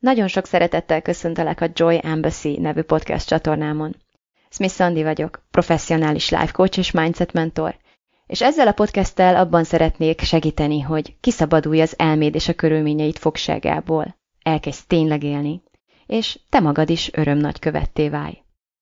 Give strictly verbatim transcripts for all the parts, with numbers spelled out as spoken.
Nagyon sok szeretettel köszöntelek a Joy Embassy nevű podcast csatornámon. Smith Andi vagyok, professzionális life coach és mindset mentor, és ezzel a podcasttel abban szeretnék segíteni, hogy kiszabadulj az elméd és a körülményeid fogságából, elkezdj tényleg élni, és te magad is örömnagykövetté válj.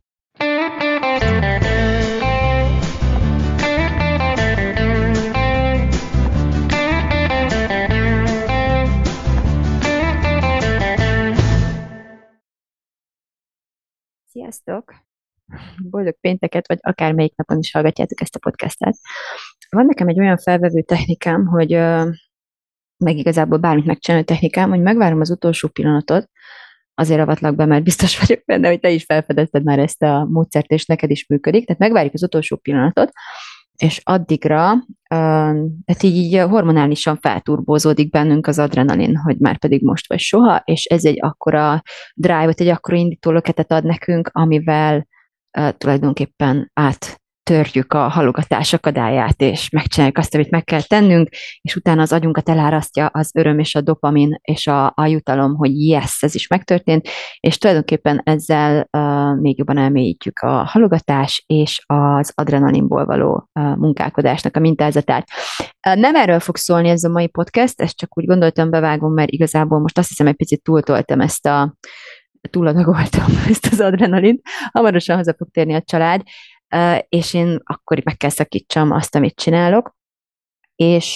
Sziasztok! Boldog pénteket, vagy akármelyik napon is hallgatjátok ezt a podcastet. Van nekem egy olyan felvevő technikám, hogy meg igazából bármit megcsinálni technikám, hogy megvárom az utolsó pillanatot, azért avatlak be, mert biztos vagyok benne, hogy te is felfedezted már ezt a módszert, és neked is működik. Tehát megvárjuk az utolsó pillanatot, és addigra, tehát így, így hormonálisan felturbózódik bennünk az adrenalin, hogy már pedig most vagy soha, és ez egy akkora drive-ot, egy akkora indítólöketet ad nekünk, amivel uh, tulajdonképpen áttörjük a halogatás akadályát, és megcsináljuk azt, amit meg kell tennünk, és utána az agyunkat elárasztja az öröm és a dopamin és a, a jutalom, hogy yes, ez is megtörtént, és tulajdonképpen ezzel uh, még jobban elmélyítjük a halogatás és az adrenalinból való uh, munkálkodásnak a mintázatát. Uh, nem erről fog szólni ez a mai podcast, ezt csak úgy gondoltam bevágom, mert igazából most azt hiszem, egy picit túltoltam ezt a túladagoltam ezt az adrenalint, hamarosan haza fog térni a család, és én akkor meg kell szakítsam azt, amit csinálok, és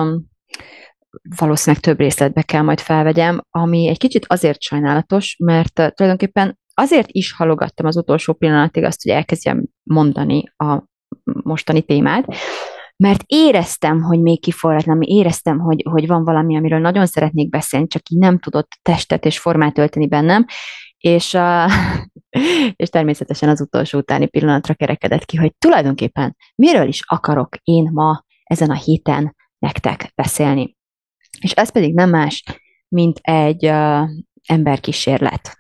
valószínűleg több részletbe kell majd felvegyem, ami egy kicsit azért sajnálatos, mert tulajdonképpen azért is halogattam az utolsó pillanatig azt, hogy elkezdjem mondani a mostani témát, mert éreztem, hogy még kiforratlan, éreztem, hogy, hogy van valami, amiről nagyon szeretnék beszélni, csak így nem tudott testet és formát ölteni bennem, és, uh, és természetesen az utolsó utáni pillanatra kerekedett ki, hogy tulajdonképpen miről is akarok én ma ezen a héten nektek beszélni. És ez pedig nem más, mint egy uh, emberkísérlet.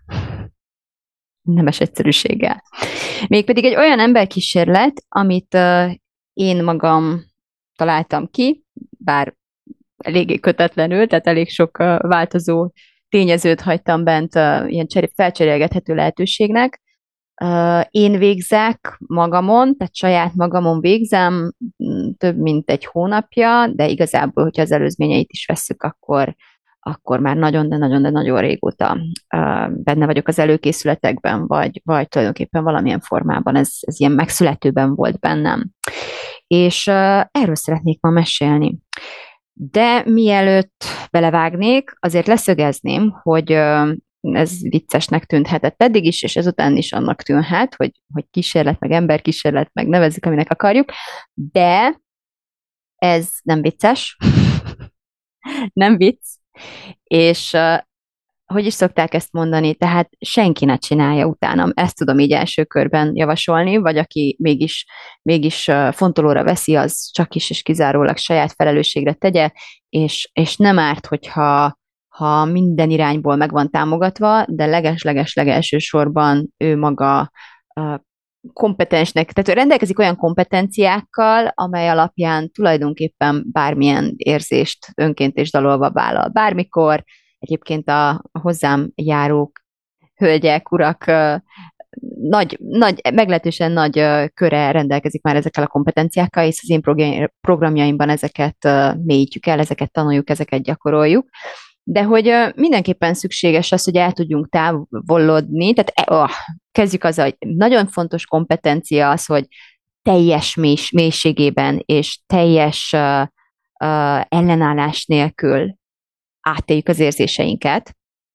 Nemes egyszerűséggel. Mégpedig egy olyan emberkísérlet, amit uh, én magam találtam ki, bár eléggé kötetlenül, tehát elég sok uh, változó tényezőt hagytam bent uh, ilyen cseré- felcserélgethető lehetőségnek. Uh, én végzek magamon, tehát saját magamon végzem több mint egy hónapja, de igazából, hogyha az előzményeit is vesszük, akkor, akkor már nagyon, de nagyon, de nagyon régóta uh, benne vagyok az előkészületekben, vagy, vagy tulajdonképpen valamilyen formában ez, ez ilyen megszületőben volt bennem. És uh, erről szeretnék ma mesélni. De mielőtt belevágnék, azért leszögezném, hogy uh, ez viccesnek tűnhetett eddig is, és ezután is annak tűnhet, hogy, hogy kísérlet, meg emberkísérlet, meg nevezzük, aminek akarjuk, de ez nem vicces, nem vicc, és uh, hogy is szokták ezt mondani, tehát senki ne csinálja utánam. Ezt tudom így első körben javasolni, vagy aki mégis, mégis fontolóra veszi, az csak is és kizárólag saját felelősségre tegye, és, és nem árt, hogyha ha minden irányból meg van támogatva, de leges-leges-legelső sorban ő maga kompetensnek, tehát ő rendelkezik olyan kompetenciákkal, amely alapján tulajdonképpen bármilyen érzést önként és dalolva vállal bármikor. Egyébként a, a hozzám járók, hölgyek, urak nagy, nagy, meglehetősen nagy köre rendelkezik már ezekkel a kompetenciákkal, és az én programjaimban ezeket mélyítjük el, ezeket tanuljuk, ezeket gyakoroljuk. De hogy mindenképpen szükséges az, hogy el tudjunk távolodni, tehát oh, kezdjük azzal, hogy nagyon fontos kompetencia az, hogy teljes mélys, mélységében és teljes uh, uh, ellenállás nélkül átéljük az érzéseinket,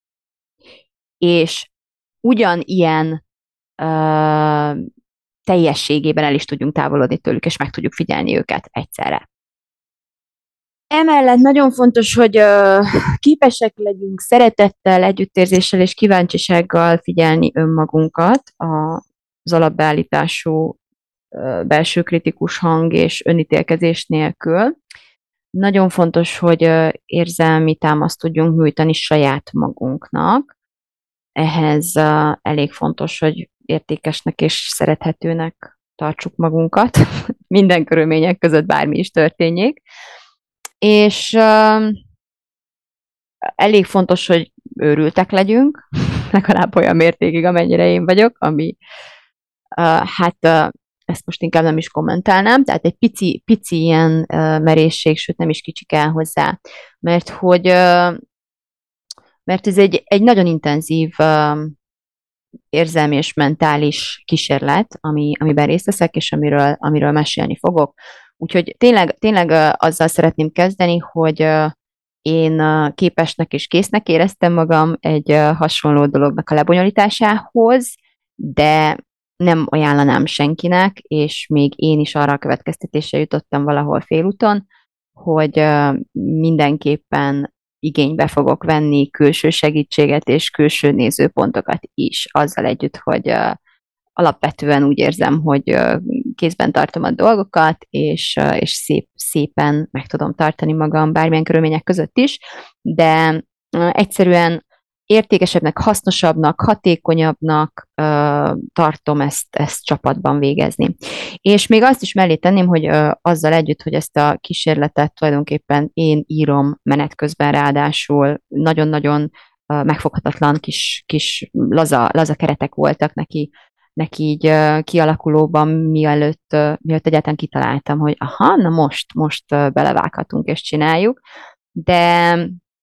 és ugyanilyen uh, teljességében el is tudjunk távolodni tőlük, és meg tudjuk figyelni őket egyszerre. Emellett nagyon fontos, hogy uh, képesek legyünk szeretettel, együttérzéssel és kíváncsisággal figyelni önmagunkat, az alapbeállítású uh, belső kritikus hang és önítélkezés nélkül. Nagyon fontos, hogy uh, érzelmi támaszt tudjunk nyújtani saját magunknak. Ehhez uh, elég fontos, hogy értékesnek és szerethetőnek tartsuk magunkat, minden körülmények között bármi is történjék. És uh, elég fontos, hogy őrültek legyünk, legalább olyan mértékig, amennyire én vagyok, ami uh, hát uh, ezt most inkább nem is kommentálnám, tehát egy pici, pici ilyen uh, merészség, sőt nem is kicsi kell hozzá, mert hogy uh, mert ez egy, egy nagyon intenzív uh, érzelmi és mentális kísérlet, ami, amiben részt veszek, és amiről, amiről mesélni fogok. Úgyhogy tényleg, tényleg uh, azzal szeretném kezdeni, hogy uh, én uh, képesnek és késznek éreztem magam egy uh, hasonló dolognak a lebonyolításához, de nem ajánlanám senkinek, és még én is arra a következtetésre jutottam valahol félúton, hogy uh, mindenképpen igénybe fogok venni külső segítséget és külső nézőpontokat is, azzal együtt, hogy uh, alapvetően úgy érzem, hogy uh, kézben tartom a dolgokat, és, uh, és szép, szépen meg tudom tartani magam bármilyen körülmények között is, de uh, egyszerűen értékesebbnek, hasznosabbnak, hatékonyabbnak uh, tartom ezt, ezt csapatban végezni. És még azt is mellé tenném, hogy uh, azzal együtt, hogy ezt a kísérletet tulajdonképpen én írom menet közben, ráadásul nagyon-nagyon uh, megfoghatatlan kis, kis laza, laza keretek voltak neki, neki így uh, kialakulóban, mielőtt, uh, mielőtt egyáltalán kitaláltam, hogy aha, na most, most uh, belevághatunk és csináljuk, de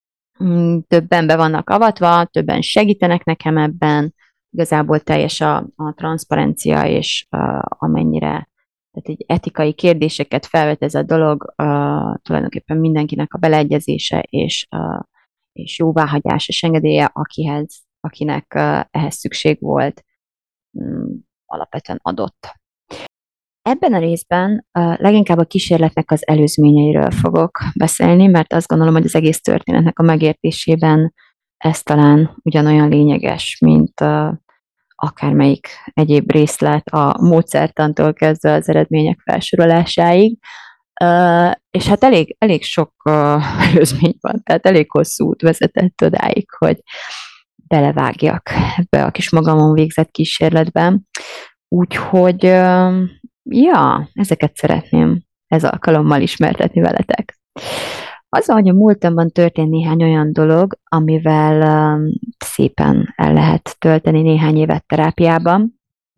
többen be vannak avatva, többen segítenek nekem ebben, igazából teljes a, a transzparencia, és uh, amennyire tehát egy etikai kérdéseket felvet ez a dolog, uh, tulajdonképpen mindenkinek a beleegyezése és, uh, és jóváhagyás és engedélye, akihez, akinek uh, ehhez szükség volt, um, alapvetően adott. Ebben a részben uh, leginkább a kísérletnek az előzményeiről fogok beszélni, mert azt gondolom, hogy az egész történetnek a megértésében ez talán ugyanolyan lényeges, mint uh, akármelyik egyéb részlet a módszertantól kezdve az eredmények felsorolásáig. Uh, és hát elég, elég sok uh, előzmény van, tehát elég hosszú út vezetett odáig, hogy belevágjak ebbe a kis magamon végzett kísérletben. Úgyhogy uh, ja, ezeket szeretném ez alkalommal ismertetni veletek. Az, hogy a múltamban történt néhány olyan dolog, amivel um, szépen el lehet tölteni néhány évet terápiában,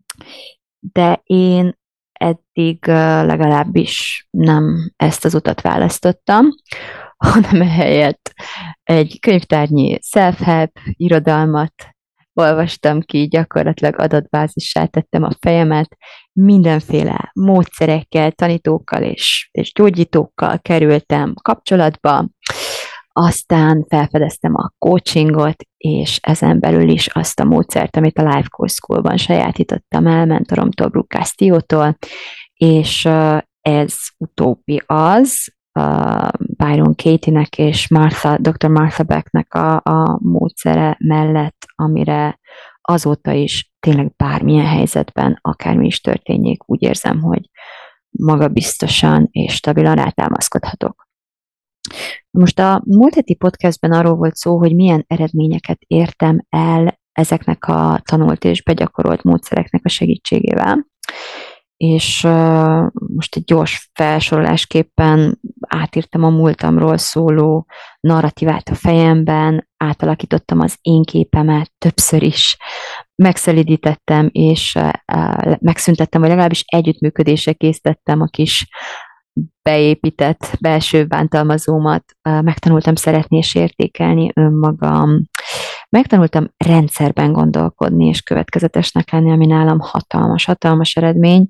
de én eddig uh, legalábbis nem ezt az utat választottam, hanem ehelyett egy könyvtárnyi self-help irodalmat olvastam ki, gyakorlatilag adatbázissá tettem a fejemet, mindenféle módszerekkel, tanítókkal és, és gyógyítókkal kerültem kapcsolatba, aztán felfedeztem a coachingot, és ezen belül is azt a módszert, amit a Life Coach School-ban sajátítottam el, mentoromtól, Brooke Castillo-tól, és ez utóbbi az, Uh, Byron Katie-nek és Martha, doktor Martha Becknek a, a módszere mellett, amire azóta is tényleg bármilyen helyzetben, akármi is történjék, úgy érzem, hogy magabiztosan és stabilan rátámaszkodhatok. Most a múlt heti podcastben arról volt szó, hogy milyen eredményeket értem el ezeknek a tanult és begyakorolt módszereknek a segítségével. És uh, most egy gyors felsorolásképpen átírtam a múltamról szóló narratívát a fejemben, átalakítottam az én képemet többször is, megszelidítettem, és uh, megszüntettem, vagy legalábbis együttműködésre készítettem a kis beépített belső bántalmazómat, uh, megtanultam szeretni és értékelni önmagam, megtanultam rendszerben gondolkodni és következetesnek lenni, ami nálam hatalmas, hatalmas eredmény.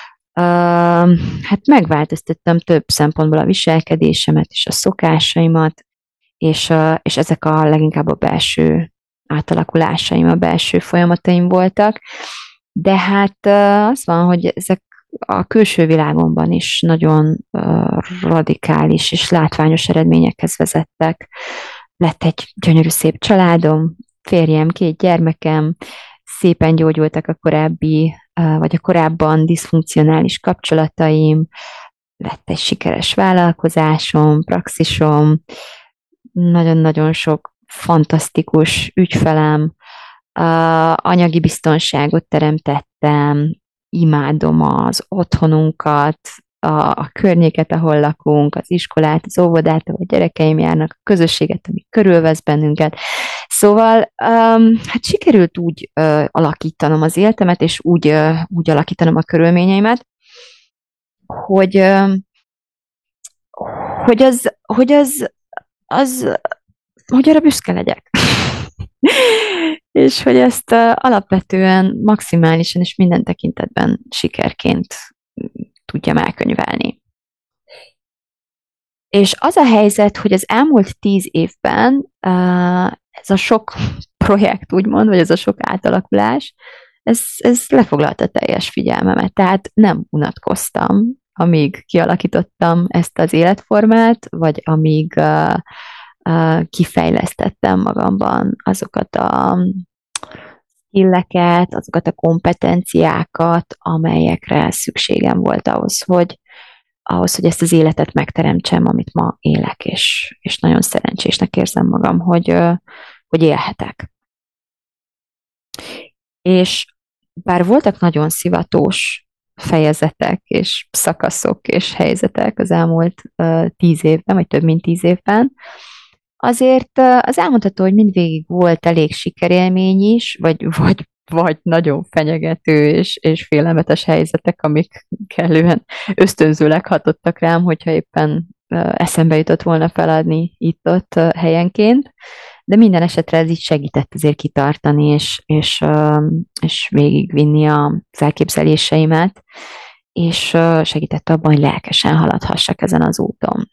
Uh, hát megváltoztattam több szempontból a viselkedésemet és a szokásaimat, és, uh, és ezek a leginkább a belső átalakulásaim, a belső folyamataim voltak. De hát uh, az van, hogy ezek a külső világomban is nagyon uh, radikális és látványos eredményekhez vezettek. Lett egy gyönyörű szép családom, férjem, két gyermekem, szépen gyógyultak a korábbi, vagy a korábban diszfunkcionális kapcsolataim, lett egy sikeres vállalkozásom, praxisom, nagyon-nagyon sok fantasztikus ügyfelem, anyagi biztonságot teremtettem, imádom az otthonunkat, a, a környéket, ahol lakunk, az iskolát, az óvodát, ahol a gyerekeim járnak, a közösséget, ami körülvesz bennünket. Szóval um, hát sikerült úgy uh, alakítanom az életemet, és úgy, uh, úgy alakítanom a körülményeimet, hogy, uh, hogy az, hogy az, az, hogy arra büszke legyek. És hogy ezt uh, alapvetően maximálisan és minden tekintetben sikerként tudjam elkönyvelni. És az a helyzet, hogy az elmúlt tíz évben uh, ez a sok projekt, úgymond, vagy ez a sok átalakulás, ez, ez lefoglalta teljes figyelmemet. Tehát nem unatkoztam, amíg kialakítottam ezt az életformát, vagy amíg uh, uh, kifejlesztettem magamban azokat a skilleket, azokat a kompetenciákat, amelyekre szükségem volt ahhoz, hogy ahhoz, hogy ezt az életet megteremtsem, amit ma élek, és, és nagyon szerencsésnek érzem magam, hogy, hogy élhetek. És bár voltak nagyon szivatós fejezetek, és szakaszok, és helyzetek az elmúlt uh, tíz évben, vagy több mint tíz évben, azért uh, az elmondható, hogy mindvégig volt elég sikerélmény is, vagy, vagy vagy nagyon fenyegető és, és félelmetes helyzetek, amik kellően ösztönzőleg hatottak rám, hogyha éppen eszembe jutott volna feladni itt-ott helyenként. De minden esetre ez így segített azért kitartani, és, és, és végigvinni az elképzeléseimet, és segített abban, hogy lelkesen haladhassak ezen az úton.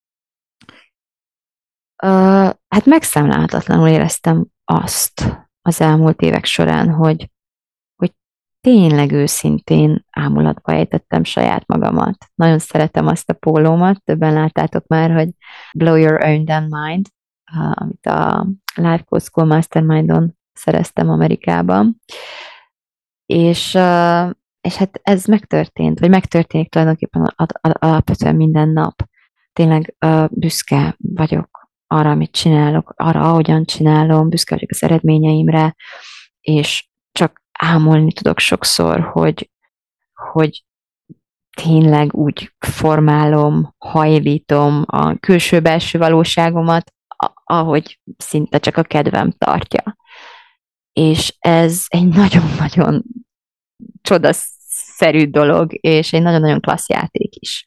Hát megszámlálhatatlanul éreztem azt az elmúlt évek során, hogy, hogy tényleg őszintén ámulatba ejtettem saját magamat. Nagyon szeretem azt a pólómat, többen láttátok már, hogy Blow Your Own Damn Mind, amit a Life Coach School Mastermindon szereztem Amerikában. És, és hát ez megtörtént, vagy megtörténik tulajdonképpen alapvetően minden nap. Tényleg büszke vagyok arra, amit csinálok, arra, ahogyan csinálom, büszke vagyok az eredményeimre, és csak ámulni tudok sokszor, hogy, hogy tényleg úgy formálom, hajlítom a külső-belső valóságomat, ahogy szinte csak a kedvem tartja. És ez egy nagyon-nagyon csodaszerű dolog, és egy nagyon-nagyon klassz játék is.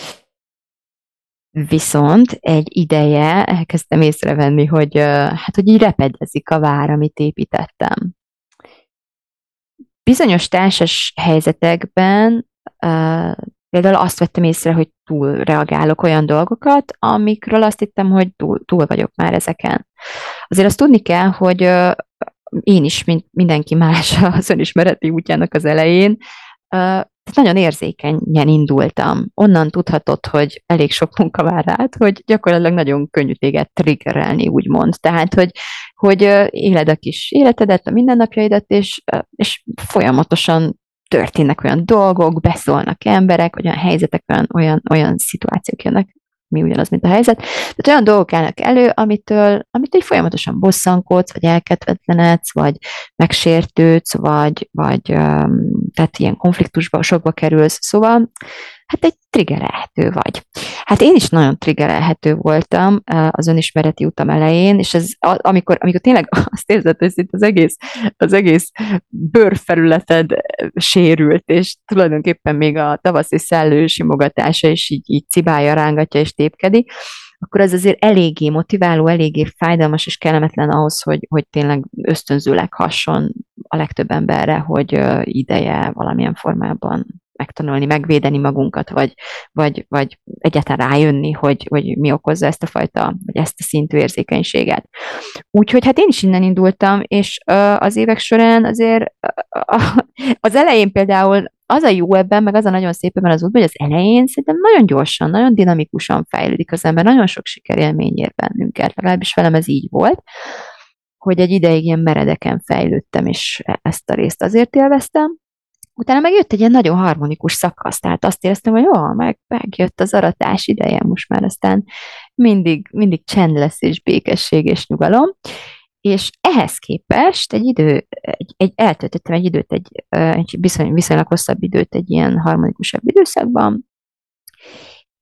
Viszont egy ideje elkezdtem észrevenni, hogy, hát, hogy így repedezik a vár, amit építettem. Bizonyos társas helyzetekben uh, például azt vettem észre, hogy túl reagálok olyan dolgokat, amikről azt hittem, hogy túl, túl vagyok már ezeken. Azért azt tudni kell, hogy uh, én is, mint mindenki más az önismereti útjának az elején, uh, nagyon érzékenyen indultam. Onnan tudhatod, hogy elég sok munka vár rád, hogy gyakorlatilag nagyon könnyű téged triggerelni, úgymond. Tehát, hogy, hogy éled a kis életedet, a mindennapjaidat, és, és folyamatosan történnek olyan dolgok, beszólnak emberek, olyan helyzetek, olyan, olyan, olyan szituációk jönnek, mi ugyanaz, mint a helyzet. Tehát olyan dolgok állnak elő, amitől, amitől folyamatosan bosszankodsz, vagy elkedvetlenedsz, vagy megsértődsz, vagy, vagy um, tehát ilyen konfliktusba, sokba kerülsz. Szóval hát egy triggerelhető vagy. Hát én is nagyon triggerelhető voltam az önismereti utam elején, és ez, amikor, amikor tényleg azt érzed, hogy itt az egész, az egész bőrfelületed sérült, és tulajdonképpen még a tavaszi szellő simogatása is így, így cibálja, rángatja és tépkedik, akkor ez azért eléggé motiváló, eléggé fájdalmas és kellemetlen ahhoz, hogy, hogy tényleg ösztönzőleg hasson a legtöbb emberre, hogy ideje valamilyen formában megtanulni, megvédeni magunkat, vagy, vagy, vagy egyáltalán rájönni, hogy, hogy mi okozza ezt a fajta, vagy ezt a szintű érzékenységet. Úgyhogy hát én is innen indultam, és az évek során azért az elején például az a jó ebben, meg az a nagyon szép ebben az útban, hogy az elején szerintem nagyon gyorsan, nagyon dinamikusan fejlődik az ember, nagyon sok sikerélmény ér bennünket, legalábbis velem ez így volt, hogy egy ideig ilyen meredeken fejlődtem, és ezt a részt azért élveztem. Utána meg jött egy ilyen nagyon harmonikus szakasz, tehát azt éreztem, hogy jó, meg, megjött az aratás ideje, most már aztán mindig, mindig csend lesz, és békesség, és nyugalom. És ehhez képest egy idő, egy, egy, eltöltöttem egy időt, egy, egy viszony, viszonylag hosszabb időt egy ilyen harmonikusabb időszakban,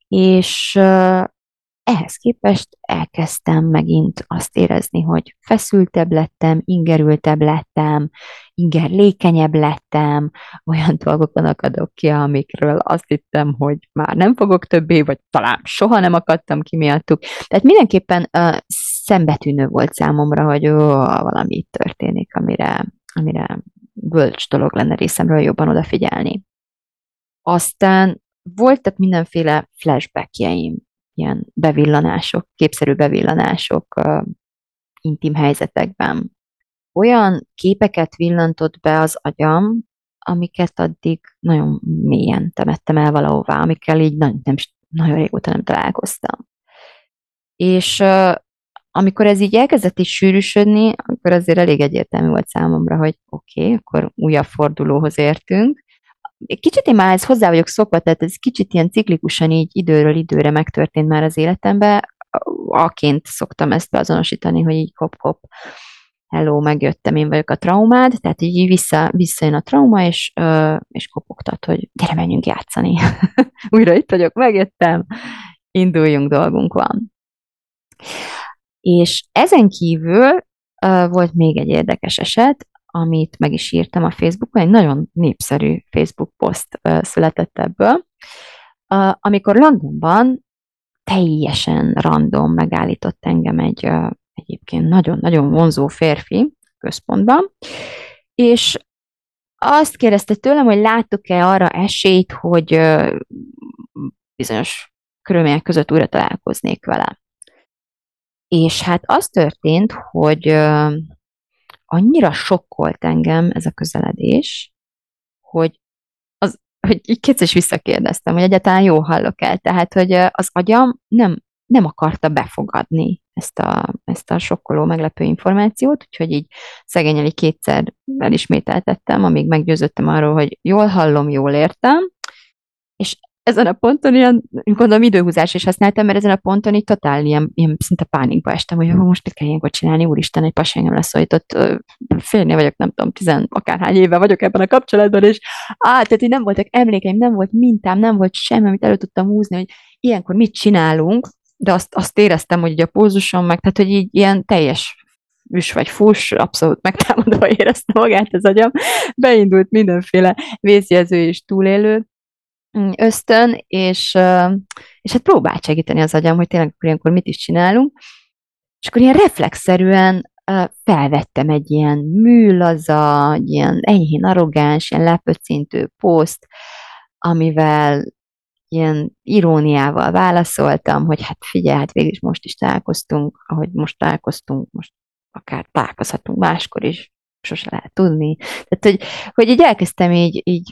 És ehhez képest elkezdtem megint azt érezni, hogy feszültebb lettem, ingerültebb lettem, ingerlékenyebb lettem, olyan dolgokon akadok ki, amikről azt hittem, hogy már nem fogok többé, vagy talán soha nem akadtam ki miattuk. Tehát mindenképpen uh, szembetűnő volt számomra, hogy ó, valami itt történik, amire, amire bölcs dolog lenne részemről jobban odafigyelni. Aztán voltak mindenféle flashbackjeim, ilyen bevillanások, képszerű bevillanások uh, intim helyzetekben. Olyan képeket villantott be az agyam, amiket addig nagyon mélyen temettem el valahová, amikkel így nagyon, nem, nagyon régóta nem találkoztam. És uh, amikor ez így elkezdett is sűrűsödni, akkor azért elég egyértelmű volt számomra, hogy oké, okay, akkor újabb fordulóhoz értünk. Kicsit én már ez hozzá vagyok szokva, tehát ez kicsit ilyen ciklikusan így időről időre megtörtént már az életemben. Aként szoktam ezt beazonosítani, hogy így hop-hop, hello, megjöttem, én vagyok a traumád, tehát így vissza, visszajön a trauma, és, és kopogtat, hogy gyere, menjünk játszani. Újra itt vagyok, megjöttem, induljunk, dolgunk van. És ezen kívül volt még egy érdekes eset, amit meg is írtam a Facebookon, egy nagyon népszerű Facebook poszt született ebből, amikor Londonban teljesen random megállított engem egy egyébként nagyon-nagyon vonzó férfi központban, és azt kérdezte tőlem, hogy látok-e arra esélyt, hogy bizonyos körülmények között újra találkoznék vele. És hát az történt, hogy annyira sokkolt engem ez a közeledés, hogy, az, hogy így kétszer is visszakérdeztem, hogy egyáltalán jól hallok el. Tehát, hogy az agyam nem, nem akarta befogadni ezt a, ezt a sokkoló, meglepő információt, úgyhogy így szegényen így kétszer elismételtettem, amíg meggyőződtem arról, hogy jól hallom, jól értem, és ezen a ponton ilyen, gondolom időhúzás is használtam, mert ezen a ponton így totál ilyen, ilyen szinte pánikba estem, hogy most mit kell ilyenkor csinálni, úristen, egy pasi engem leszólított, félnél vagyok, nem tudom, tizen akárhány éve vagyok ebben a kapcsolatban, és á, tehát így nem voltak emlékeim, nem volt mintám, nem volt semmi, amit elő tudtam húzni, hogy ilyenkor mit csinálunk, de azt, azt éreztem, hogy így a pózusom meg, tehát hogy így ilyen teljes üs vagy fuss, abszolút megtámadva érezte magát az agyam, beindult mindenféle vészjelző és túlélő ösztön, és, és hát próbált segíteni az agyam, hogy tényleg akkor ilyenkor mit is csinálunk, és akkor ilyen reflexzerűen felvettem egy ilyen műlaza, egy ilyen enyhén arrogáns, ilyen lepöccintő poszt, amivel ilyen iróniával válaszoltam, hogy hát figyelj, hát végül is most is találkoztunk, ahogy most találkoztunk, most akár találkozhatunk máskor is, sose lehet tudni. Tehát, hogy, hogy így elkezdtem így, így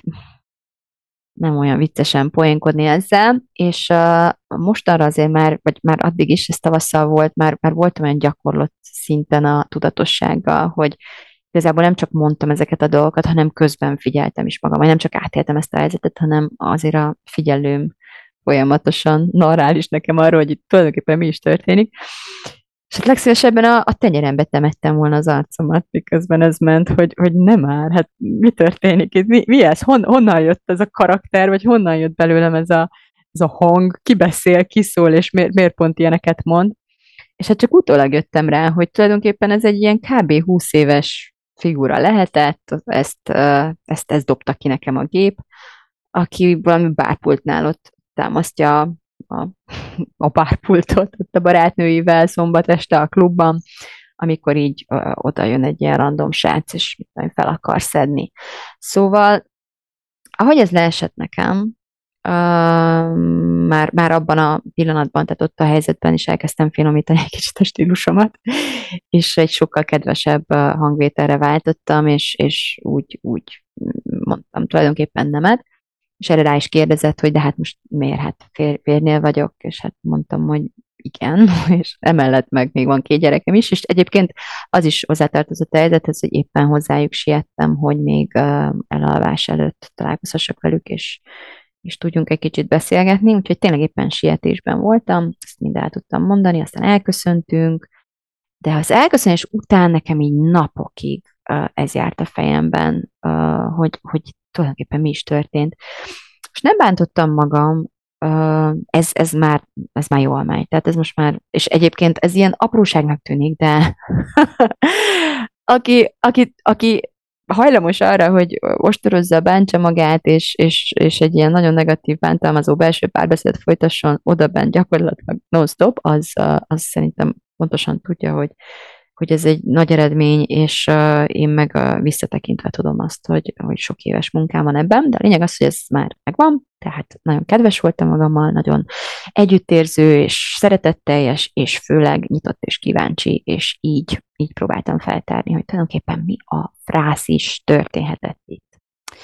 nem olyan viccesen poénkodni ezzel, és uh, mostanra azért már, vagy már addig is, ez tavasszal volt, már, már voltam olyan gyakorlott szinten a tudatossággal, hogy igazából nem csak mondtam ezeket a dolgokat, hanem közben figyeltem is magam, vagy nem csak átéltem ezt a helyzetet, hanem azért a figyelőm folyamatosan narrál is nekem arról, hogy itt tulajdonképpen mi is történik. És hát legszívesebben a, a tenyerembe temettem volna az arcomat, miközben ez ment, hogy, hogy nem már, hát mi történik itt, mi, mi ez, Hon, honnan jött ez a karakter, vagy honnan jött belőlem ez a, ez a hang, ki beszél, ki szól, és miért, miért pont ilyeneket mond. És hát csak utólag jöttem rá, hogy tulajdonképpen ez egy ilyen kb. húsz éves figura lehetett, ezt, ezt, ezt dobta ki nekem a gép, aki valami bárpultnál ott támasztja a, a bárpultot ott a barátnőivel szombat este a klubban, amikor így ö, oda jön egy ilyen random srác, és mit tudom, fel akar szedni. Szóval, ahogy ez leesett nekem, ö, már, már abban a pillanatban, tehát ott a helyzetben is elkezdtem finomítani egy kicsit a stílusomat, és egy sokkal kedvesebb hangvételre váltottam, és, és úgy, úgy mondtam tulajdonképpen nemet, és erre rá is kérdezett, hogy de hát most miért, hát fér, férnél vagyok, és hát mondtam, hogy igen, és emellett meg még van két gyerekem is, és egyébként az is hozzátartozott a helyzethez, hogy éppen hozzájuk siettem, hogy még uh, elalvás előtt találkozhassak velük, és, és tudjunk egy kicsit beszélgetni, úgyhogy tényleg éppen sietésben voltam, ezt mind el tudtam mondani, aztán elköszöntünk, de az elköszönés után nekem így napokig uh, ez járt a fejemben, uh, hogy, hogy tulajdonképpen mi is történt. És nem bántottam magam, ez, ez már, ez már jól megy. Tehát ez most már, és egyébként ez ilyen apróságnak tűnik, de aki, aki, aki hajlamos arra, hogy ostorozza, bántsa magát, és, és, és egy ilyen nagyon negatív, bántalmazó belső párbeszédet folytasson oda bent gyakorlatilag non-stop, az, az szerintem pontosan tudja, hogy, hogy ez egy nagy eredmény, és uh, én meg uh, visszatekintve tudom azt, hogy, hogy sok éves munkám van ebben, de a lényeg az, hogy ez már megvan, tehát nagyon kedves voltam magammal, nagyon együttérző és szeretetteljes, és főleg nyitott és kíváncsi, és így, így próbáltam feltárni, hogy tulajdonképpen mi a frázis történhetett itt.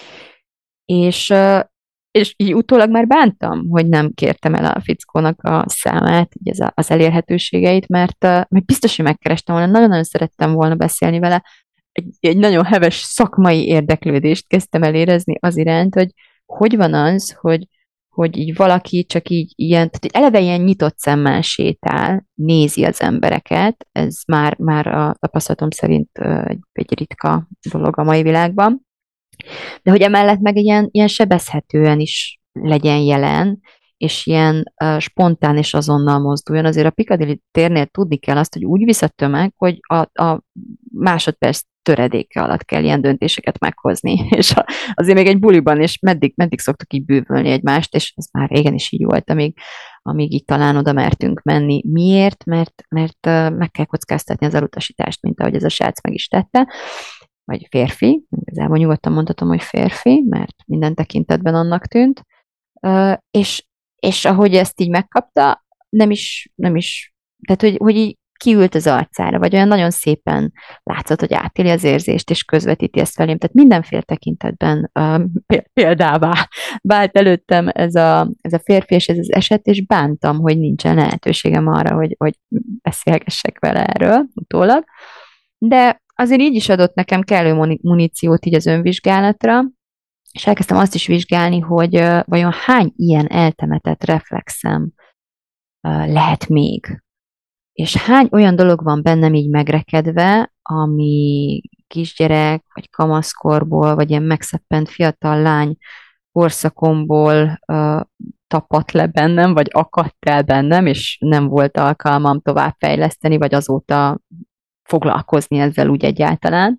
És, uh, és így utólag már bántam, hogy nem kértem el a fickónak a számát, így ez a, az elérhetőségeit, mert, uh, mert biztos, hogy megkerestem volna, nagyon-nagyon szerettem volna beszélni vele, egy, egy nagyon heves szakmai érdeklődést kezdtem el érezni az iránt, hogy hogy van az, hogy, hogy így valaki csak így ilyen, tehát eleve ilyen nyitott szemmel sétál, nézi az embereket, ez már, már a tapasztalatom szerint uh, egy, egy ritka dolog a mai világban, de hogy emellett meg ilyen, ilyen sebezhetően is legyen jelen, és ilyen uh, spontán és azonnal mozduljon. Azért a Piccadilly térnél tudni kell azt, hogy úgy visz a tömeg, hogy a, a másodperc töredéke alatt kell ilyen döntéseket meghozni. És a, azért még egy buliban, és meddig, meddig szoktuk így bűvölni egymást, és ez már régen is így volt, amíg, amíg így talán oda mertünk menni. Miért? Mert, mert uh, meg kell kockáztatni az elutasítást, mint ahogy ez a srác meg is tette, vagy férfi, igazából nyugodtan mondhatom, hogy férfi, mert minden tekintetben annak tűnt, uh, és, és ahogy ezt így megkapta, nem is, nem is, tehát hogy, hogy így kiült az arcára, vagy olyan nagyon szépen látszott, hogy átéli az érzést, és közvetíti ezt felém. Tehát mindenféle tekintetben uh, példává vált előttem ez a, ez a férfi, és ez az eset, és bántam, hogy nincsen lehetőségem arra, hogy, hogy beszélgessek vele erről utólag. De azért így is adott nekem kellő muníciót így az önvizsgálatra, és elkezdtem azt is vizsgálni, hogy uh, vajon hány ilyen eltemetett reflexem uh, lehet még. És hány olyan dolog van bennem így megrekedve, ami kisgyerek, vagy kamaszkorból, vagy ilyen megszeppent fiatal lány korszakomból uh, tapadt le bennem, vagy akadt el bennem, és nem volt alkalmam továbbfejleszteni, vagy azóta foglalkozni ezzel úgy egyáltalán.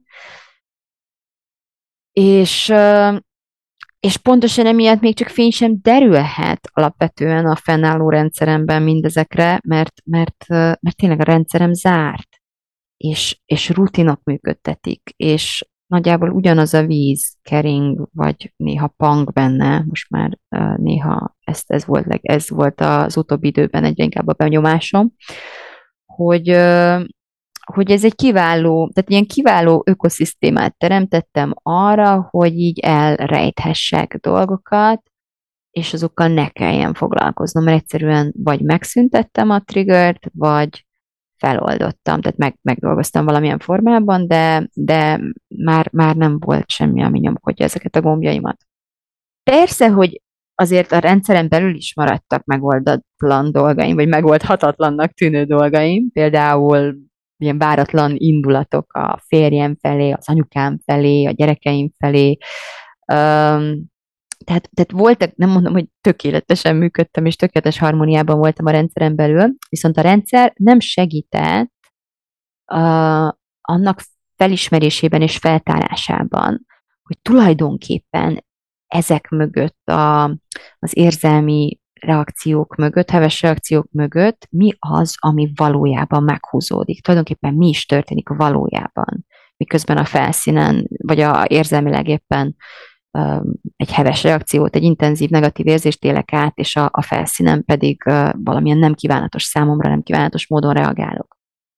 És, és pontosan emiatt még csak fény sem derülhet alapvetően a fennálló rendszeremben mindezekre, mert, mert, mert tényleg a rendszerem zárt, és, és rutinok működtetik, és nagyjából ugyanaz a víz kering, vagy néha pang benne, most már néha ezt, ez, volt, ez volt az utóbbi időben egyre inkább a benyomásom, hogy hogy ez egy kiváló, tehát ilyen kiváló ökoszisztémát teremtettem arra, hogy így elrejthessek dolgokat, és azokkal ne kelljen foglalkoznom, mert egyszerűen vagy megszüntettem a triggert, vagy feloldottam, tehát meg, megdolgoztam valamilyen formában, de, de már, már nem volt semmi, ami nyomkodja ezeket a gombjaimat. Persze, hogy azért a rendszeren belül is maradtak megoldatlan dolgaim, vagy megoldhatatlannak tűnő dolgaim, például ilyen váratlan indulatok a férjem felé, az anyukám felé, a gyerekeim felé. Um, tehát, tehát voltak, nem mondom, hogy tökéletesen működtem, és tökéletes harmóniában voltam a rendszeren belül, viszont a rendszer nem segített uh, annak felismerésében és feltárásában, hogy tulajdonképpen ezek mögött, a, az érzelmi reakciók mögött, heves reakciók mögött mi az, ami valójában meghúzódik. Tulajdonképpen mi is történik valójában, miközben a felszínen, vagy a érzelmileg éppen um, egy heves reakciót, egy intenzív negatív érzést élek át, és a, a felszínen pedig uh, valamilyen nem kívánatos, számomra nem kívánatos módon reagálok.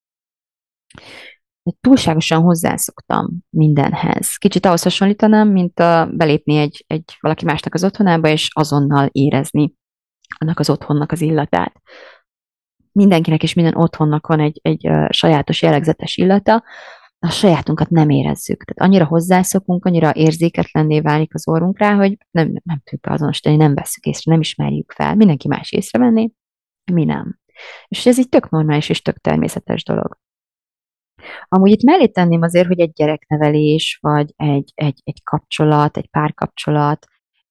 De túlságosan hozzászoktam mindenhez. Kicsit ahhoz hasonlítanám, mint a belépni egy, egy valaki másnak az otthonába, és azonnal érezni annak az otthonnak az illatát. Mindenkinek és minden otthonnak van egy, egy uh, sajátos jellegzetes illata, a sajátunkat nem érezzük. Tehát annyira hozzászokunk, annyira érzéketlenné válik az orrunk rá, hogy nem, nem tudjuk beazonosítani, nem vesszük észre, nem ismerjük fel. Mindenki más észrevenni, mi nem. És ez így tök normális és tök természetes dolog. Amúgy itt mellé tenném azért, hogy egy gyereknevelés, vagy egy, egy, egy kapcsolat, egy párkapcsolat,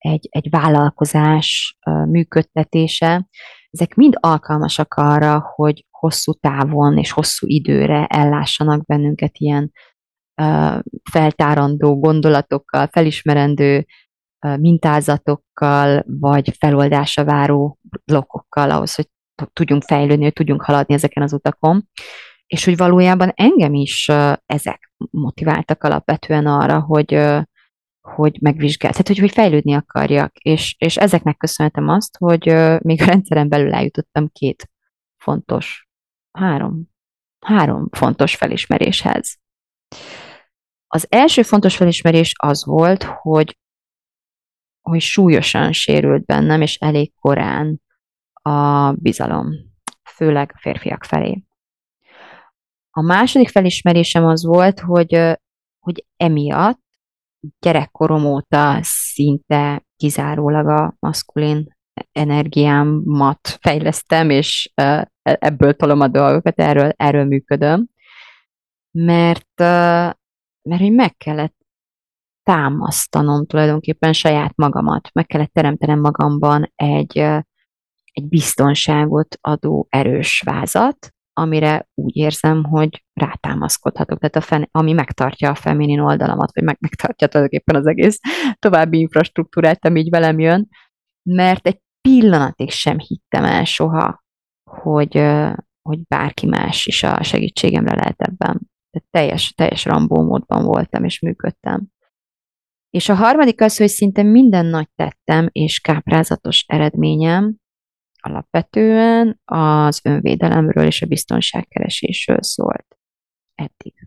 egy, egy vállalkozás működtetése, ezek mind alkalmasak arra, hogy hosszú távon és hosszú időre ellássanak bennünket ilyen feltárandó gondolatokkal, felismerendő mintázatokkal, vagy feloldásra váró blokkokkal ahhoz, hogy tudjunk fejlődni, hogy tudjunk haladni ezeken az utakon. És hogy valójában engem is ezek motiváltak alapvetően arra, hogy, hogy megvizsgál, tehát hogy, hogy fejlődni akarjak. És, és ezeknek köszönhetem azt, hogy még a rendszeren belül eljutottam két fontos, három, három fontos felismeréshez. Az első fontos felismerés az volt, hogy, hogy súlyosan sérült bennem, és elég korán a bizalom, főleg a férfiak felé. A második felismerésem az volt, hogy, hogy emiatt gyerekkorom óta szinte kizárólag a maszkulin energiámat fejlesztem, és ebből tolom a dolgokat, erről, erről működöm. Mert, mert hogy meg kellett támasztanom tulajdonképpen saját magamat, meg kellett teremtenem magamban egy, egy biztonságot adó erős vázat, amire úgy érzem, hogy rátámaszkodhatok, tehát a fen, ami megtartja a feminin oldalamat, vagy meg, megtartja tulajdonképpen az egész további infrastruktúrát, ami így velem jön, mert egy pillanatig sem hittem el soha, hogy, hogy bárki más is a segítségemre lehet ebben. Tehát teljes, teljes rambó módban voltam és működtem. És a harmadik az, hogy szinte minden nagy tettem és káprázatos eredményem alapvetően az önvédelemről és a biztonságkeresésről szólt. Eddig.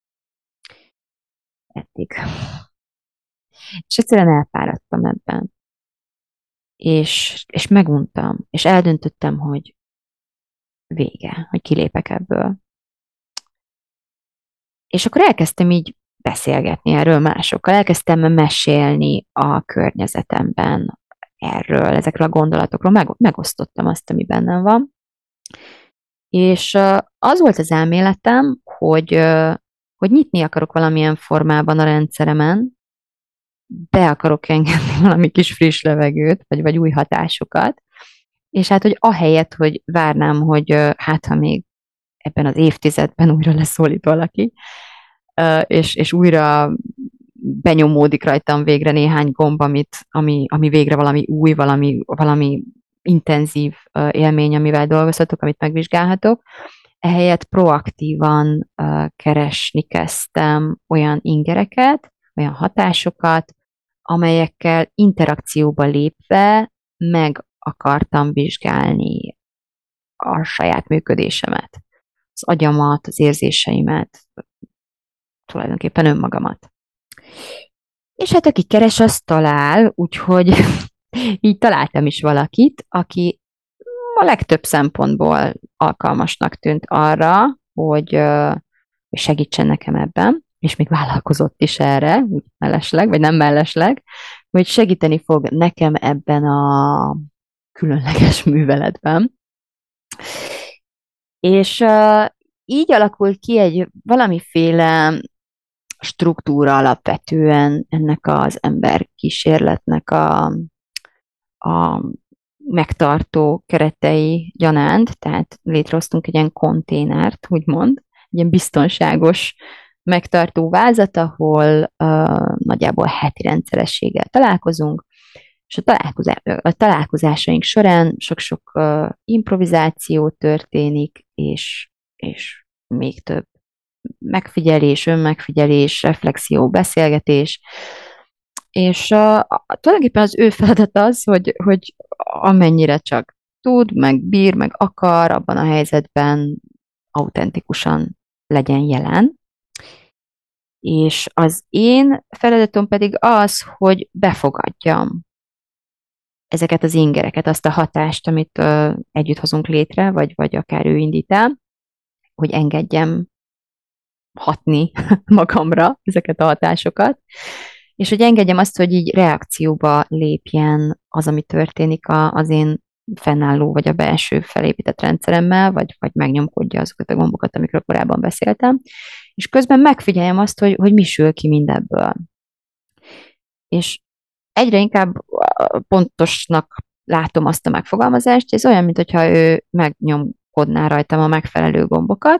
Eddig. És egyszerűen elfáradtam ebben. És, és meguntam, és eldöntöttem, hogy vége, hogy kilépek ebből. És akkor elkezdtem így beszélgetni erről másokkal, elkezdtem mesélni a környezetemben erről, ezekről a gondolatokról, meg, megosztottam azt, ami bennem van. És az volt az elméletem, hogy, hogy nyitni akarok valamilyen formában a rendszeremen, be akarok engedni valami kis friss levegőt, vagy, vagy új hatásokat, és hát, hogy ahelyett, hogy várnám, hogy hát, ha még ebben az évtizedben újra leszólít valaki, és, és újra benyomódik rajtam végre néhány gomb, amit, ami, ami végre valami új, valami, valami intenzív élmény, amivel dolgozhatok, amit megvizsgálhatok. Ehelyett proaktívan keresni kezdtem olyan ingereket, olyan hatásokat, amelyekkel interakcióba lépve meg akartam vizsgálni a saját működésemet, az agyamat, az érzéseimet, tulajdonképpen önmagamat. És hát aki keres, azt talál, úgyhogy így találtam is valakit, aki a legtöbb szempontból alkalmasnak tűnt arra, hogy segítsen nekem ebben, és még vállalkozott is erre, úgy mellesleg, vagy nem mellesleg, hogy segíteni fog nekem ebben a különleges műveletben. És uh, így alakult ki egy valamiféle struktúra alapvetően ennek az ember kísérletnek a, a megtartó keretei gyanánt, tehát létrehoztunk egy ilyen konténert, úgymond, egy ilyen biztonságos megtartó vázat, ahol uh, nagyjából heti rendszerességgel találkozunk, és a, találkozá- a találkozásaink során sok-sok uh, improvizáció történik, és, és még több megfigyelés, önmegfigyelés, reflexió, beszélgetés, és uh, tulajdonképpen az ő feladat az, hogy, hogy amennyire csak tud, meg bír, meg akar, abban a helyzetben autentikusan legyen jelen. És az én feladatom pedig az, hogy befogadjam ezeket az ingereket, azt a hatást, amit uh, együtt hozunk létre, vagy, vagy akár ő indít el, hogy engedjem hatni magamra ezeket a hatásokat, és hogy engedjem azt, hogy így reakcióba lépjen az, ami történik a, az én fennálló, vagy a belső felépített rendszeremmel, vagy, vagy megnyomkodja azokat a gombokat, amikről korábban beszéltem, és közben megfigyeljem azt, hogy, hogy mi sül ki mindebből. És egyre inkább pontosnak látom azt a megfogalmazást, ez olyan, mintha ő megnyomkodná rajtam a megfelelő gombokat,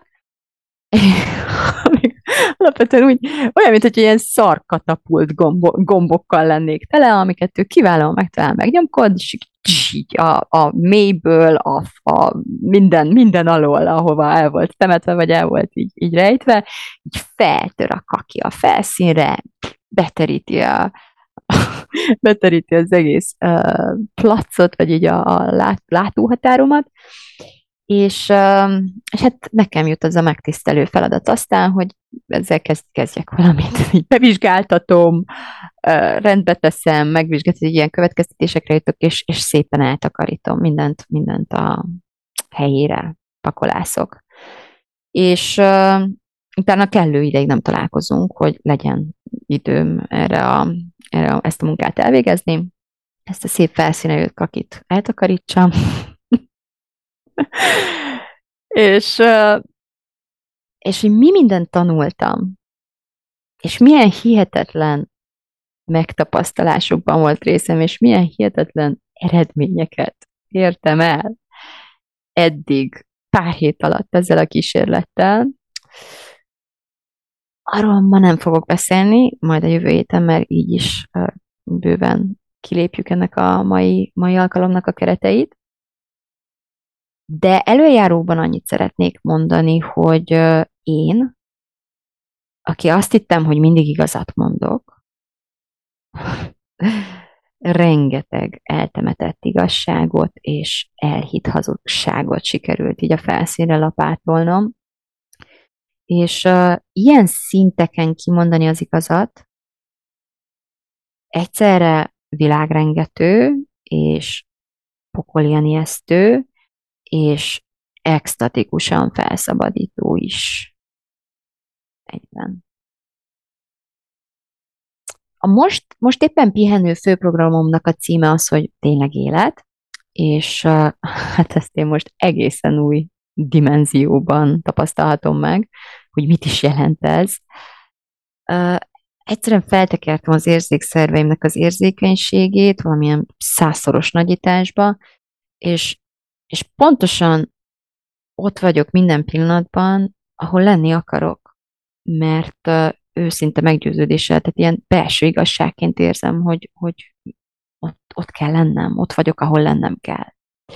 alapvetően úgy, olyan, mint hogy ilyen szarkatapult gombo, gombokkal lennék tele, amiket ő kiválóan megtalál, megnyomkod, és így a, a mélyből, a, a minden, minden alól, ahova el volt temetve, vagy el volt így, így rejtve, így feltör a kaki a felszínre, beteríti a beteríti az egész uh, placot, vagy így a, a lát, látóhatáromat, és, uh, és hát nekem jut az a megtisztelő feladat aztán, hogy ezzel kezd, kezdjek valamit, így bevizsgáltatom, uh, rendbe teszem, megvizsgáltatom, hogy ilyen következtetésekre jutok, és, és szépen eltakarítom mindent, mindent a helyére pakolászok. És uh, utána kellő ideig nem találkozunk, hogy legyen időm erre, a, erre a, ezt a munkát elvégezni, ezt a szép felszínelő kakit eltakarítsam, és, uh, és hogy mi mindent tanultam, és milyen hihetetlen megtapasztalásokban volt részem, és milyen hihetetlen eredményeket értem el eddig pár hét alatt ezzel a kísérlettel. Arról ma nem fogok beszélni, majd a jövő héten, mert így is uh, bőven kilépjük ennek a mai, mai alkalomnak a kereteit. De előjáróban annyit szeretnék mondani, hogy uh, én, aki azt hittem, hogy mindig igazat mondok, rengeteg eltemetett igazságot és elhitt hazugságot sikerült így a felszínre lapátolnom, és uh, ilyen szinteken kimondani az igazat egyszerre világrengető, és pokolian ijesztő, és extatikusan felszabadító is egyben. A most, most éppen pihenő főprogramomnak a címe az, hogy tényleg élet, és uh, hát ezt én most egészen új dimenzióban tapasztalhatom meg, hogy mit is jelent ez. Uh, egyszerűen feltekertem az érzékszerveimnek az érzékenységét valamilyen százszoros nagyításba, és, és pontosan ott vagyok minden pillanatban, ahol lenni akarok, mert uh, őszinte meggyőződéssel, tehát ilyen belső igazságként érzem, hogy, hogy ott, ott kell lennem, ott vagyok, ahol lennem kell.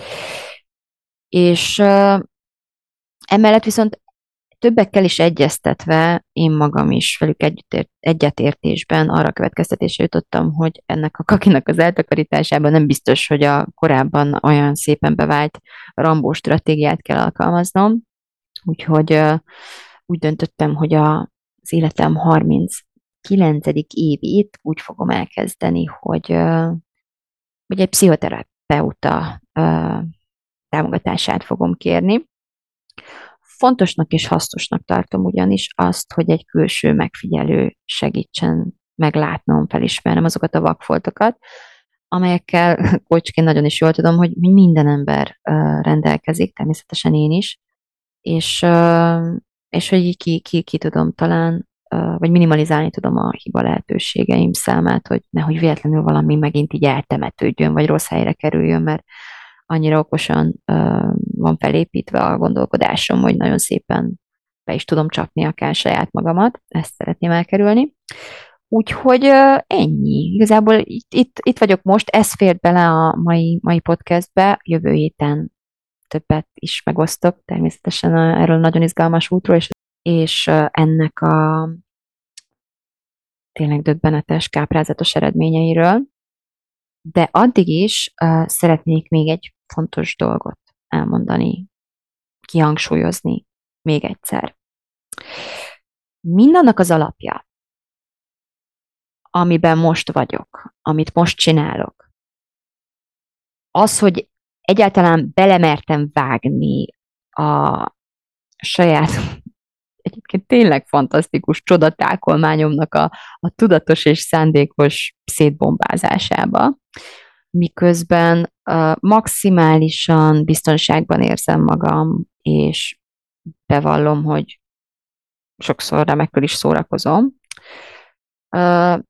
És uh, emellett viszont többekkel is egyeztetve, én magam is velük egyetértésben arra következtetésre jutottam, hogy ennek a kakinak az eltakarításában nem biztos, hogy a korábban olyan szépen bevált Rambó stratégiát kell alkalmaznom. Úgyhogy uh, úgy döntöttem, hogy a, az életem harminckilencedik évét úgy fogom elkezdeni, hogy, uh, hogy egy pszichoterapeuta uh, támogatását fogom kérni. Fontosnak és hasznosnak tartom ugyanis azt, hogy egy külső megfigyelő segítsen meglátnom, felismernem azokat a vakfoltokat, amelyekkel coachként nagyon is jól tudom, hogy minden ember uh, rendelkezik, természetesen én is, és, uh, és hogy így ki, ki, ki tudom talán, uh, vagy minimalizálni tudom a hiba lehetőségeim számát, hogy nehogy véletlenül valami megint így eltemetődjön, vagy rossz helyre kerüljön, mert annyira okosan uh, van felépítve a gondolkodásom, hogy nagyon szépen be is tudom csapni akár saját magamat, ezt szeretném elkerülni. Úgyhogy uh, ennyi. Igazából itt, itt, itt vagyok most, ez fért bele a mai, mai podcastbe, jövő héten többet is megosztok, természetesen erről nagyon izgalmas útról, és, és uh, ennek a tényleg döbbenetes, káprázatos eredményeiről. De addig is uh, szeretnék még egy fontos dolgot elmondani, kihangsúlyozni még egyszer. Mindannak az alapja, amiben most vagyok, amit most csinálok, az, hogy egyáltalán belemertem vágni a saját, egyébként tényleg fantasztikus csodatákolmányomnak a, a tudatos és szándékos szétbombázásába, miközben uh, maximálisan biztonságban érzem magam, és bevallom, hogy sokszor remekül is szórakozom. Uh,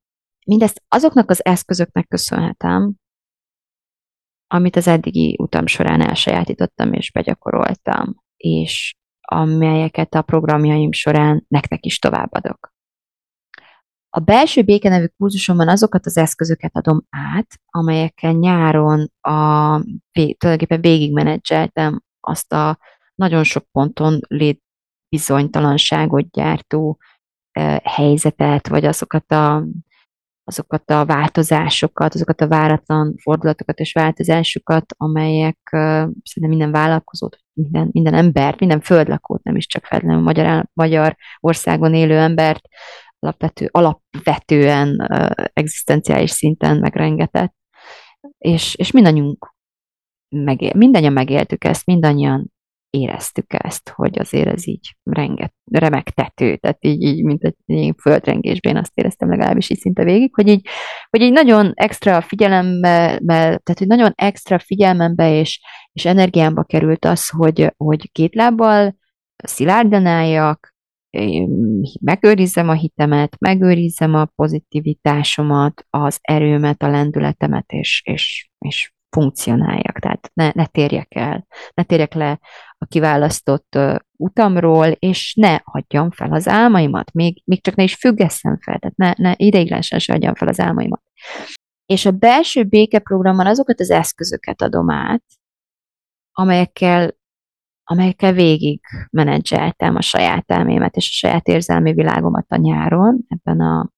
mindezt azoknak az eszközöknek köszönhetem, amit az eddigi utam során elsajátítottam és begyakoroltam, és amelyeket a programjaim során nektek is továbbadok. A belső béke nevű kurzusomban azokat az eszközöket adom át, amelyekkel nyáron a, tulajdonképpen végigmenedzseltem azt a nagyon sok ponton létbizonytalanságot gyártó eh, helyzetet, vagy azokat a, azokat a változásokat, azokat a váratlan fordulatokat és változásokat, amelyek uh, szerintem minden vállalkozót, minden, minden embert, minden földlakót, nem is csak feltétlenül magyar, magyar országon élő embert alapvető, alapvetően uh, egzisztenciális szinten megrengetett, és, és mindannyiunk megél, mindannyian megéltük ezt, mindannyian éreztük ezt, hogy azért ez így renget, remek tető, tehát így, így mint egy földrengésben azt éreztem legalábbis így szinte végig, hogy így, hogy így nagyon extra figyelembe, tehát hogy nagyon extra figyelmembe és, és energiámba került az, hogy, hogy két lábbal szilárdan álljak, megőrizzem a hitemet, megőrizzem a pozitivitásomat, az erőmet, a lendületemet, és, és, és funkcionáljak, tehát ne, ne térjek el, ne térjek le a kiválasztott uh, utamról, és ne hagyjam fel az álmaimat, még, még csak ne is függesszem fel, tehát ne, ne ideiglenesen se hagyjam fel az álmaimat. És a belső békeprogramban azokat az eszközöket adom át, amelyekkel, amelyekkel végig menedzseltem a saját elmémet és a saját érzelmi világomat a nyáron, ebben a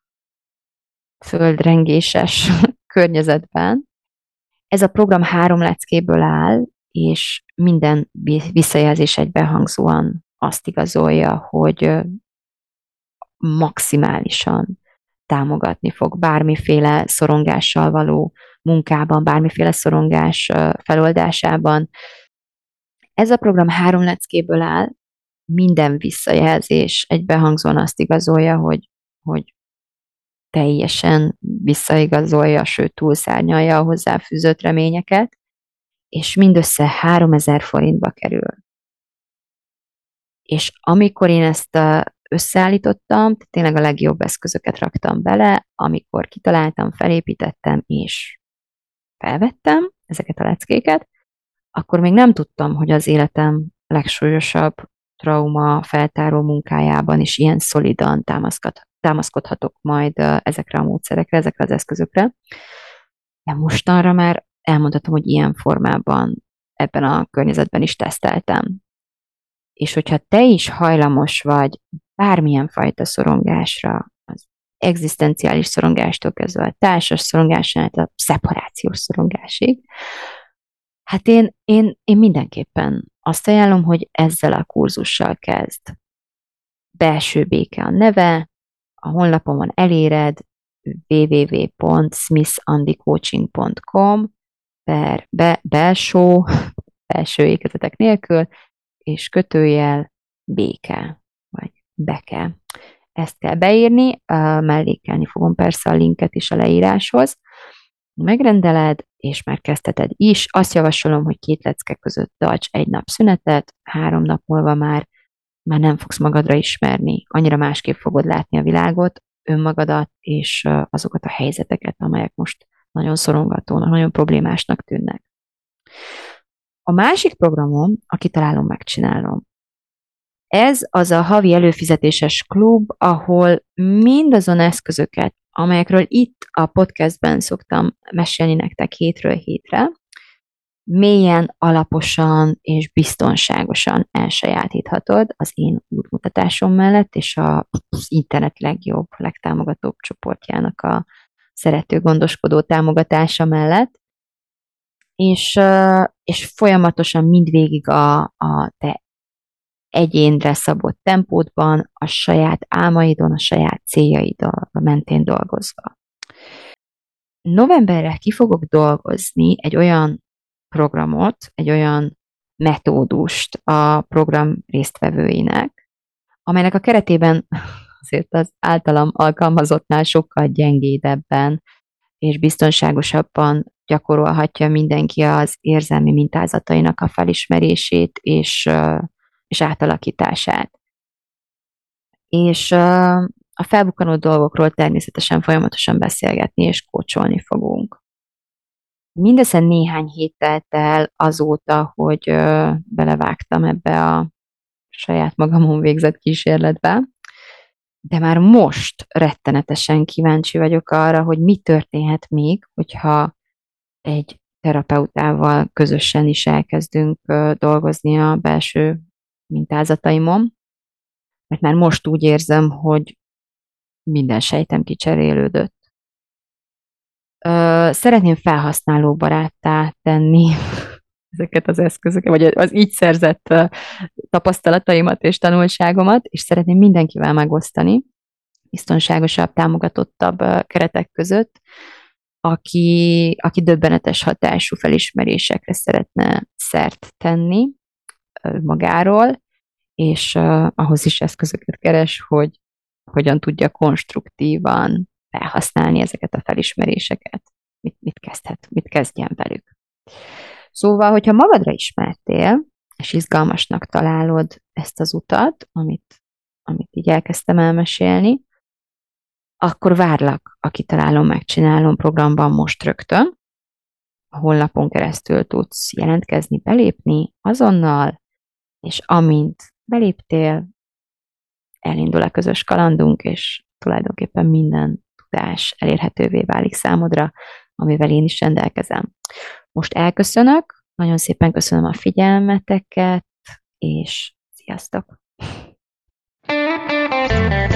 földrengéses környezetben. Ez a program három leckéből áll, és minden visszajelzés egybehangzóan azt igazolja, hogy maximálisan támogatni fog bármiféle szorongással való munkában, bármiféle szorongás feloldásában. Ez a program három leckéből áll, minden visszajelzés egybehangzóan azt igazolja, hogy, hogy teljesen visszaigazolja, sőt túlszárnyalja a hozzáfűzött reményeket, és mindössze háromezer forintba kerül. És amikor én ezt összeállítottam, tényleg a legjobb eszközöket raktam bele, amikor kitaláltam, felépítettem és felvettem ezeket a leckéket, akkor még nem tudtam, hogy az életem legsúlyosabb trauma feltáró munkájában is ilyen szolidan támaszkodhatok majd ezekre a módszerekre, ezekre az eszközökre. De mostanra már elmondhatom, hogy ilyen formában ebben a környezetben is teszteltem. És hogyha te is hajlamos vagy bármilyen fajta szorongásra, az egzisztenciális szorongástól kezdve a társas szorongásán, a szeparációs szorongásig, hát én, én, én mindenképpen azt ajánlom, hogy ezzel a kurzussal kezd. Belső béke a neve, a honlapomon eléred, double-u double-u double-u pont smith andy coaching pont com per be, belső, belső ékezetek nélkül, és kötőjel béke, vagy beke. Ezt kell beírni, mellékelni fogom persze a linket is a leíráshoz. Megrendeled, és már kezdheted is. Azt javasolom, hogy két lecke között tarts egy nap szünetet, három nap múlva már, már nem fogsz magadra ismerni, annyira másképp fogod látni a világot, önmagadat, és azokat a helyzeteket, amelyek most nagyon szorongatónak, nagyon problémásnak tűnnek. A másik programom, a kitalálom, megcsinálom. Ez az a havi előfizetéses klub, ahol mindazon eszközöket, amelyekről itt a podcastben szoktam mesélni nektek hétről hétre, mélyen, alaposan és biztonságosan elsajátíthatod az én útmutatásom mellett, és az internet legjobb, legtámogatóbb csoportjának a szerető, gondoskodó támogatása mellett, és, és folyamatosan mindvégig a, a te egyénre szabott tempódban, a saját álmaidon, a saját céljaidon mentén dolgozva. Novemberre ki fogok dolgozni egy olyan programot, egy olyan metódust a program résztvevőinek, amelynek a keretében azért az általam alkalmazottnál sokkal gyengédebben és biztonságosabban gyakorolhatja mindenki az érzelmi mintázatainak a felismerését és, és átalakítását. És a felbukkanó dolgokról természetesen folyamatosan beszélgetni és kócsolni fogunk. Mindössze néhány hét telt el azóta, hogy ö, belevágtam ebbe a saját magamon végzett kísérletbe, de már most rettenetesen kíváncsi vagyok arra, hogy mi történhet még, hogyha egy terapeutával közösen is elkezdünk ö, dolgozni a belső mintázataimon, mert már most úgy érzem, hogy minden sejtem kicserélődött. Ö, szeretném felhasználóbaráttá tenni ezeket az eszközöket, vagy az így szerzett ö, tapasztalataimat és tanulságomat, és szeretném mindenkivel megosztani, biztonságosabb, támogatottabb ö, keretek között, aki, aki döbbenetes hatású felismerésekre szeretne szert tenni ö, magáról, és uh, ahhoz is eszközöket keres, hogy hogyan tudja konstruktívan felhasználni ezeket a felismeréseket, mit, mit kezdhet, mit kezdjen velük. Szóval, hogyha magadra ismertél, és izgalmasnak találod ezt az utat, amit, amit így elkezdtem elmesélni, akkor várlak a Kitalálom, Megcsinálom programban most rögtön. A honlapon keresztül tudsz jelentkezni, belépni azonnal, és amint beléptél, elindul a közös kalandunk, és tulajdonképpen minden tudás elérhetővé válik számodra, amivel én is rendelkezem. Most elköszönök, nagyon szépen köszönöm a figyelmeteket, és sziasztok!